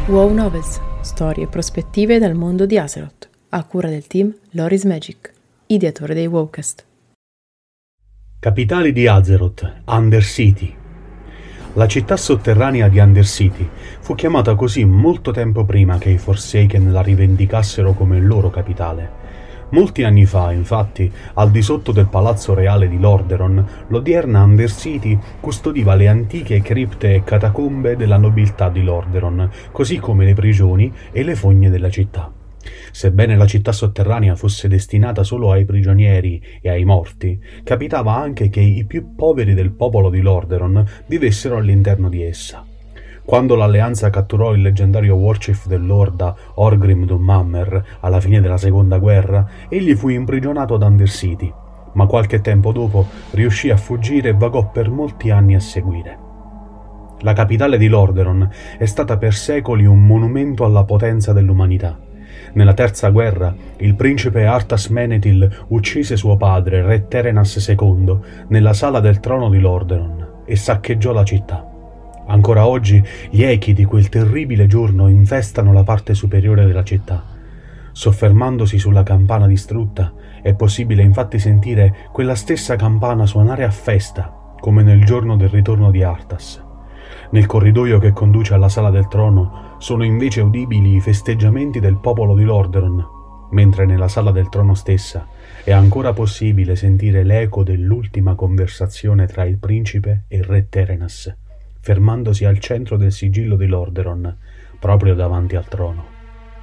WoW Novels, storie e prospettive dal mondo di Azeroth, a cura del team Loris Magic, ideatore dei WoWcast. Capitale di Azeroth, Undercity. La città sotterranea di Undercity fu chiamata così molto tempo prima che i Forsaken la rivendicassero come loro capitale. Molti anni fa, infatti, al di sotto del palazzo reale di Lordaeron, l'odierna Undercity custodiva le antiche cripte e catacombe della nobiltà di Lordaeron, così come le prigioni e le fogne della città. Sebbene la città sotterranea fosse destinata solo ai prigionieri e ai morti, capitava anche che i più poveri del popolo di Lordaeron vivessero all'interno di essa. Quando l'Alleanza catturò il leggendario Warchief dell'Orda, Orgrim Doomhammer, alla fine della Seconda Guerra, egli fu imprigionato ad Undercity, ma qualche tempo dopo riuscì a fuggire e vagò per molti anni a seguire. La capitale di Lordaeron è stata per secoli un monumento alla potenza dell'umanità. Nella Terza Guerra, il principe Arthas Menethil uccise suo padre, re Terenas II, nella sala del trono di Lordaeron e saccheggiò la città. Ancora oggi gli echi di quel terribile giorno infestano la parte superiore della città. Soffermandosi sulla campana distrutta, è possibile infatti sentire quella stessa campana suonare a festa, come nel giorno del ritorno di Arthas. Nel corridoio che conduce alla sala del trono sono invece udibili i festeggiamenti del popolo di Lordaeron, mentre nella sala del trono stessa è ancora possibile sentire l'eco dell'ultima conversazione tra il principe e il re Terenas, fermandosi al centro del sigillo di Lordaeron, proprio davanti al trono.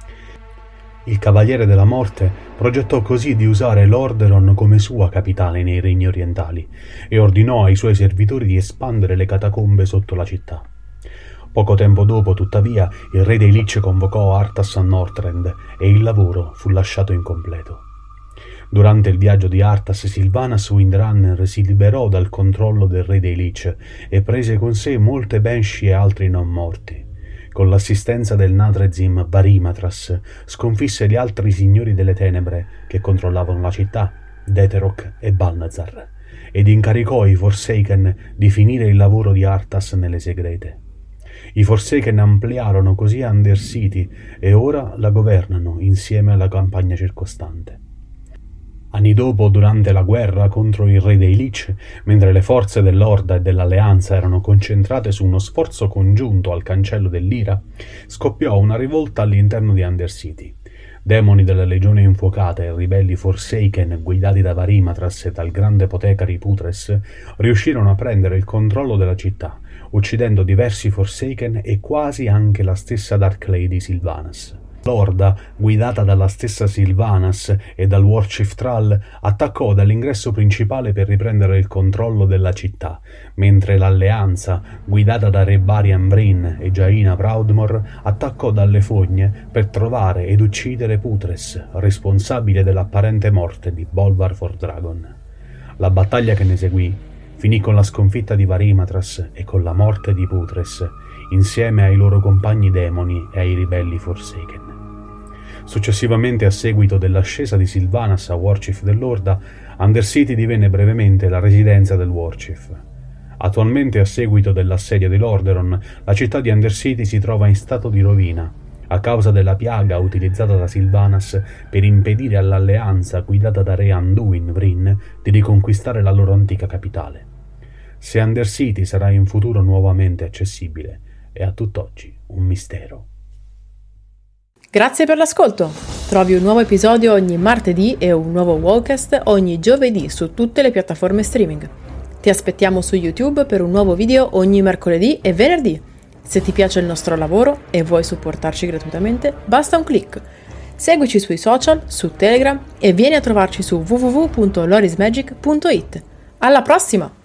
Il Cavaliere della Morte progettò così di usare Lordaeron come sua capitale nei regni orientali e ordinò ai suoi servitori di espandere le catacombe sotto la città. Poco tempo dopo, tuttavia, il re dei Lich convocò Arthas a Northrend e il lavoro fu lasciato incompleto. Durante il viaggio di Arthas, Sylvanas Windrunner si liberò dal controllo del re dei Lich e prese con sé molte Banshee e altri non morti. Con l'assistenza del Nathrezim Varimatras sconfisse gli altri signori delle tenebre che controllavano la città, Deterok e Balnazar, ed incaricò i Forsaken di finire il lavoro di Arthas nelle segrete. I Forsaken ampliarono così Undercity e ora la governano insieme alla campagna circostante. Anni dopo, durante la guerra contro il re dei Lich, mentre le forze dell'Orda e dell'Alleanza erano concentrate su uno sforzo congiunto al cancello dell'Ira, scoppiò una rivolta all'interno di Undercity. Demoni della Legione Infuocata e ribelli Forsaken, guidati da Varimatras e dal grande Potecari Putres, riuscirono a prendere il controllo della città, uccidendo diversi Forsaken e quasi anche la stessa Dark Lady Sylvanas. L'Orda, guidata dalla stessa Sylvanas e dal Warchief Thrall, attaccò dall'ingresso principale per riprendere il controllo della città, mentre l'Alleanza, guidata da Re Varian Vryn e Jaina Proudmoore, attaccò dalle fogne per trovare ed uccidere Putres, responsabile dell'apparente morte di Bolvar for Dragon. La battaglia che ne seguì finì con la sconfitta di Varimatras e con la morte di Putres, insieme ai loro compagni demoni e ai ribelli Forsaken. Successivamente, a seguito dell'ascesa di Sylvanas a Warchief dell'Orda, Undercity divenne brevemente la residenza del Warchief. Attualmente, a seguito dell'assedio di Lordaeron, la città di Undercity si trova in stato di rovina, a causa della piaga utilizzata da Sylvanas per impedire all'Alleanza, guidata da Re Anduin Vryn, di riconquistare la loro antica capitale. Se Undercity sarà in futuro nuovamente accessibile è a tutt'oggi un mistero. Grazie per l'ascolto! Trovi un nuovo episodio ogni martedì e un nuovo WoWcast ogni giovedì su tutte le piattaforme streaming. Ti aspettiamo su YouTube per un nuovo video ogni mercoledì e venerdì. Se ti piace il nostro lavoro e vuoi supportarci gratuitamente, basta un click. Seguici sui social, su Telegram e vieni a trovarci su www.lorismagic.it. Alla prossima!